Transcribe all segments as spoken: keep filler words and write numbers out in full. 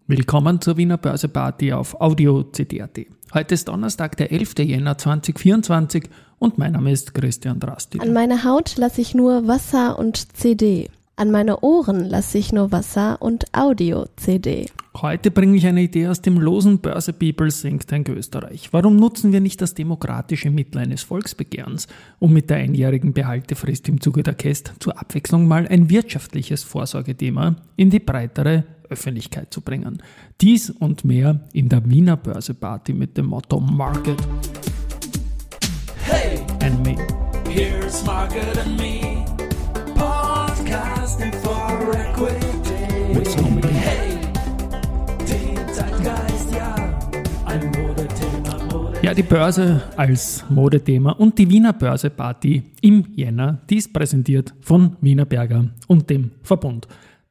Willkommen zur Wiener Börseparty auf Audio C D punkt A T. Heute ist Donnerstag, der elfter Jänner zweitausendvierundzwanzig und mein Name ist Christian Drastil. An meine Haut lasse ich nur Wasser und C D. An meine Ohren lasse ich nur Wasser und Audio-C D. Heute bringe ich eine Idee aus dem losen Börse People Think Tank Österreich. Warum nutzen wir nicht das demokratische Mittel eines Volksbegehrens, um mit der einjährigen Behaltefrist im Zuge der K E S T zur Abwechslung mal ein wirtschaftliches Vorsorgethema in die breitere Öffentlichkeit zu bringen? Dies und mehr in der Wiener Börseparty mit dem Motto Market Hey, and Me. here's Market and Me, podcasting for equity. With Homily. Hey, den Zeitgeist, ja, ein Modethema, Modethema. Ja, die Börse als Modethema und die Wiener Börseparty im Jänner, dies präsentiert von Wiener Berger und dem Verbund.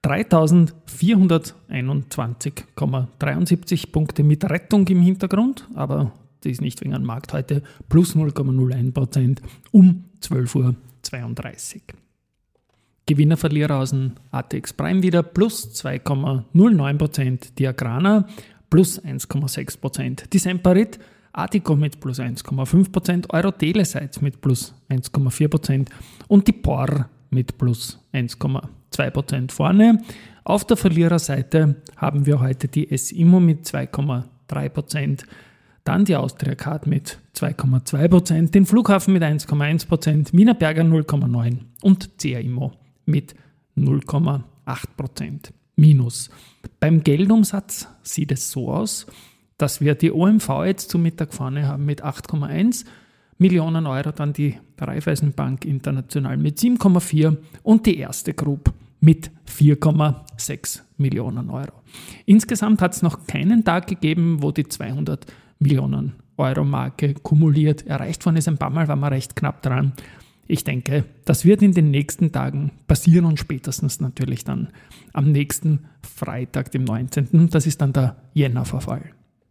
dreitausendvierhunderteinundzwanzig Komma dreiundsiebzig Punkte mit Rettung im Hintergrund, aber das ist nicht wegen dem Markt heute, plus null Komma null eins Prozent um zwölf Uhr zweiunddreißig. Gewinner, Verlierer aus dem A T X Prime wieder, plus zwei Komma null neun Prozent, die Agrana plus eins Komma sechs Prozent, die Semperit, Artico mit plus eins Komma fünf Prozent, Euro-Telesites mit plus eins Komma vier Prozent und die P O R mit plus eins Komma zwei Prozent vorne. Auf der Verliererseite haben wir heute die S-Immo mit zwei Komma drei Prozent, dann die Austria Card mit zwei Komma zwei Prozent, den Flughafen mit eins Komma eins Prozent, Wiener Berger null Komma neun und C A Immo mit null Komma acht Prozent minus. Beim Geldumsatz sieht es so aus, dass wir die O M V jetzt zum Mittag vorne haben mit acht Komma eins Millionen Euro, dann die Raiffeisenbank International mit sieben Komma vier und die Erste Group mit vier Komma sechs Millionen Euro. Insgesamt hat es noch keinen Tag gegeben, wo die zweihundert Millionen Euro Marke kumuliert erreicht worden ist. Ein paar Mal waren wir recht knapp dran. Ich denke, das wird in den nächsten Tagen passieren und spätestens natürlich dann am nächsten Freitag, dem neunzehnten Das ist dann der Jännerverfall.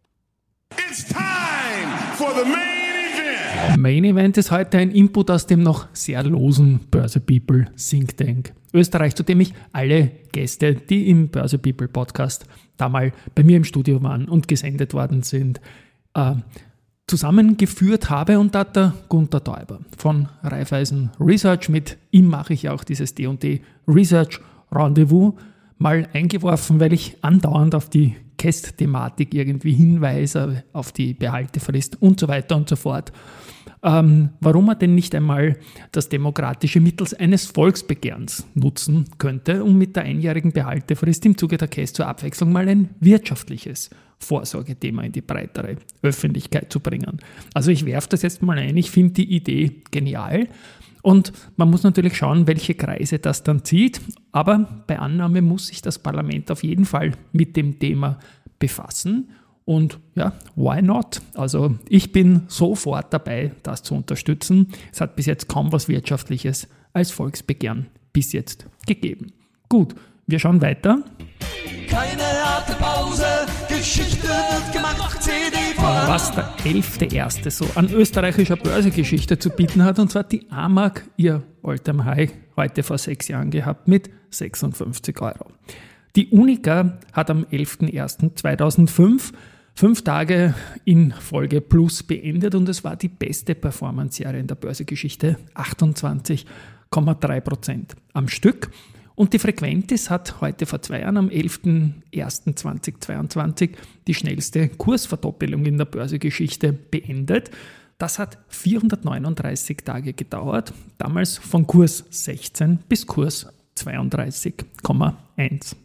It's time for the main event. Main Event ist heute ein Input aus dem noch sehr losen Börse People Think Tank Österreich, zu dem ich alle Gäste, die im Börse People Podcast da mal bei mir im Studio waren und gesendet worden sind, äh, zusammengeführt habe, und da hat der Gunter Täuber von Raiffeisen Research, mit ihm mache ich auch dieses D und D Research Rendezvous, mal eingeworfen, weil ich andauernd auf die K E S T-Thematik irgendwie hinweise, auf die Behaltefrist und so weiter und so fort. Ähm, warum er denn nicht einmal das demokratische mittels eines Volksbegehrens nutzen könnte, um mit der einjährigen Behaltefrist im Zuge der K E S zur Abwechslung mal ein wirtschaftliches Vorsorgethema in die breitere Öffentlichkeit zu bringen. Also ich werfe das jetzt mal ein, ich finde die Idee genial. Und man muss natürlich schauen, welche Kreise das dann zieht. Aber bei Annahme muss sich das Parlament auf jeden Fall mit dem Thema befassen. Und ja, why not? Also ich bin sofort dabei, das zu unterstützen. Es hat bis jetzt kaum was Wirtschaftliches als Volksbegehren bis jetzt gegeben. Gut, wir schauen weiter. Keine harte Pause, Geschichte wird gemacht, C D voran. Was der elfte Erste so an österreichischer Börsegeschichte zu bieten hat, und zwar die A M A G, ihr All-Time High, heute vor sechs Jahren gehabt mit sechsundfünfzig Euro. Die Unica hat am elfter Erster zweitausendfünf fünf Tage in Folge plus beendet und es war die beste Performance-Jahre in der Börsegeschichte, achtundzwanzig Komma drei Prozent am Stück. Und die Frequentis hat heute vor zwei Jahren am elfter Erster zweitausendzweiundzwanzig die schnellste Kursverdoppelung in der Börsegeschichte beendet. Das hat vierhundertneununddreißig Tage gedauert, damals von Kurs sechzehn bis Kurs zweiunddreißig Komma eins.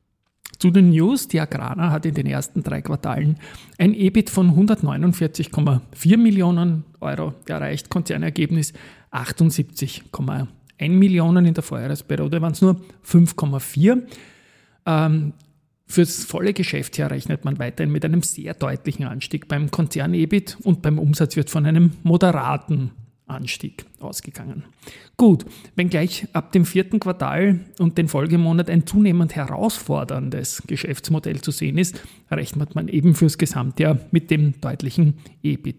Zu den News: Die Agrana hat in den ersten drei Quartalen ein E B I T von hundertneunundvierzig Komma vier Millionen Euro erreicht, Konzernergebnis achtundsiebzig Komma eins Millionen, in der Vorjahresperiode waren es nur fünf Komma vier. Ähm, fürs volle Geschäftsjahr rechnet man weiterhin mit einem sehr deutlichen Anstieg beim Konzern-E B I T und beim Umsatz wird von einem moderaten Anstieg ausgegangen. Gut, wenngleich ab dem vierten Quartal und den Folgemonat ein zunehmend herausforderndes Geschäftsmodell zu sehen ist, rechnet man eben fürs Gesamtjahr mit dem deutlichen E B I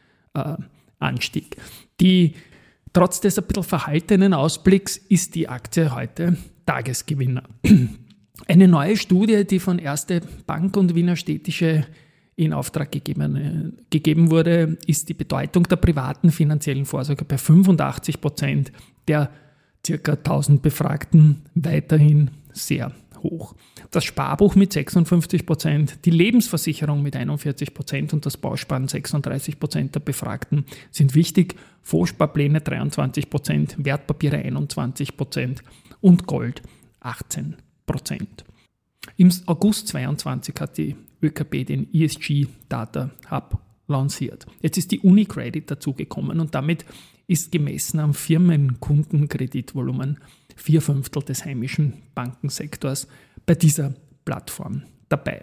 T-Anstieg. Die Trotz des ein bisschen verhaltenen Ausblicks ist die Aktie heute Tagesgewinner. Eine neue Studie, die von Erste Bank und Wiener Städtische in Auftrag gegeben, gegeben wurde, ist die Bedeutung der privaten finanziellen Vorsorge bei fünfundachtzig Prozent der ca. tausend Befragten weiterhin sehr hoch. Das Sparbuch mit sechsundfünfzig Prozent, die Lebensversicherung mit einundvierzig Prozent und das Bausparen sechsunddreißig Prozent der Befragten sind wichtig, Fondssparpläne dreiundzwanzig Prozent, Wertpapiere einundzwanzig Prozent und Gold achtzehn Prozent. Im August zweiundzwanzig hat die ÖKB den E S G Data Hub lanciert. Jetzt ist die UniCredit dazugekommen und damit ist gemessen am Firmenkundenkreditvolumen vier Fünftel des heimischen Bankensektors bei dieser Plattform dabei.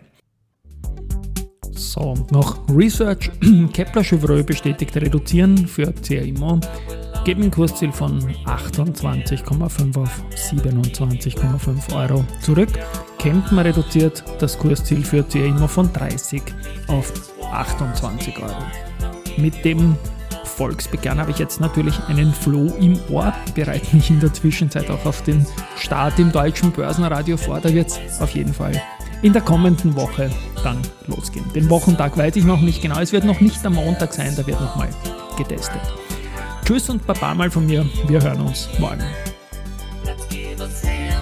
So, noch Research. Kepler Chevreux bestätigt Reduzieren für C R Immo. Geben ein Kursziel von achtundzwanzig Komma fünf auf siebenundzwanzig Komma fünf Euro zurück. Kempten reduziert das Kursziel für C R Immo von dreißig auf achtundzwanzig Euro. Mit dem Volksbegehren habe ich jetzt natürlich einen Floh im Ohr, bereite mich in der Zwischenzeit auch auf den Start im deutschen Börsenradio vor. Da wird es auf jeden Fall in der kommenden Woche dann losgehen. Den Wochentag weiß ich noch nicht genau, es wird noch nicht am Montag sein, da wird nochmal getestet. Tschüss und Baba mal von mir, wir hören uns morgen. Let's give us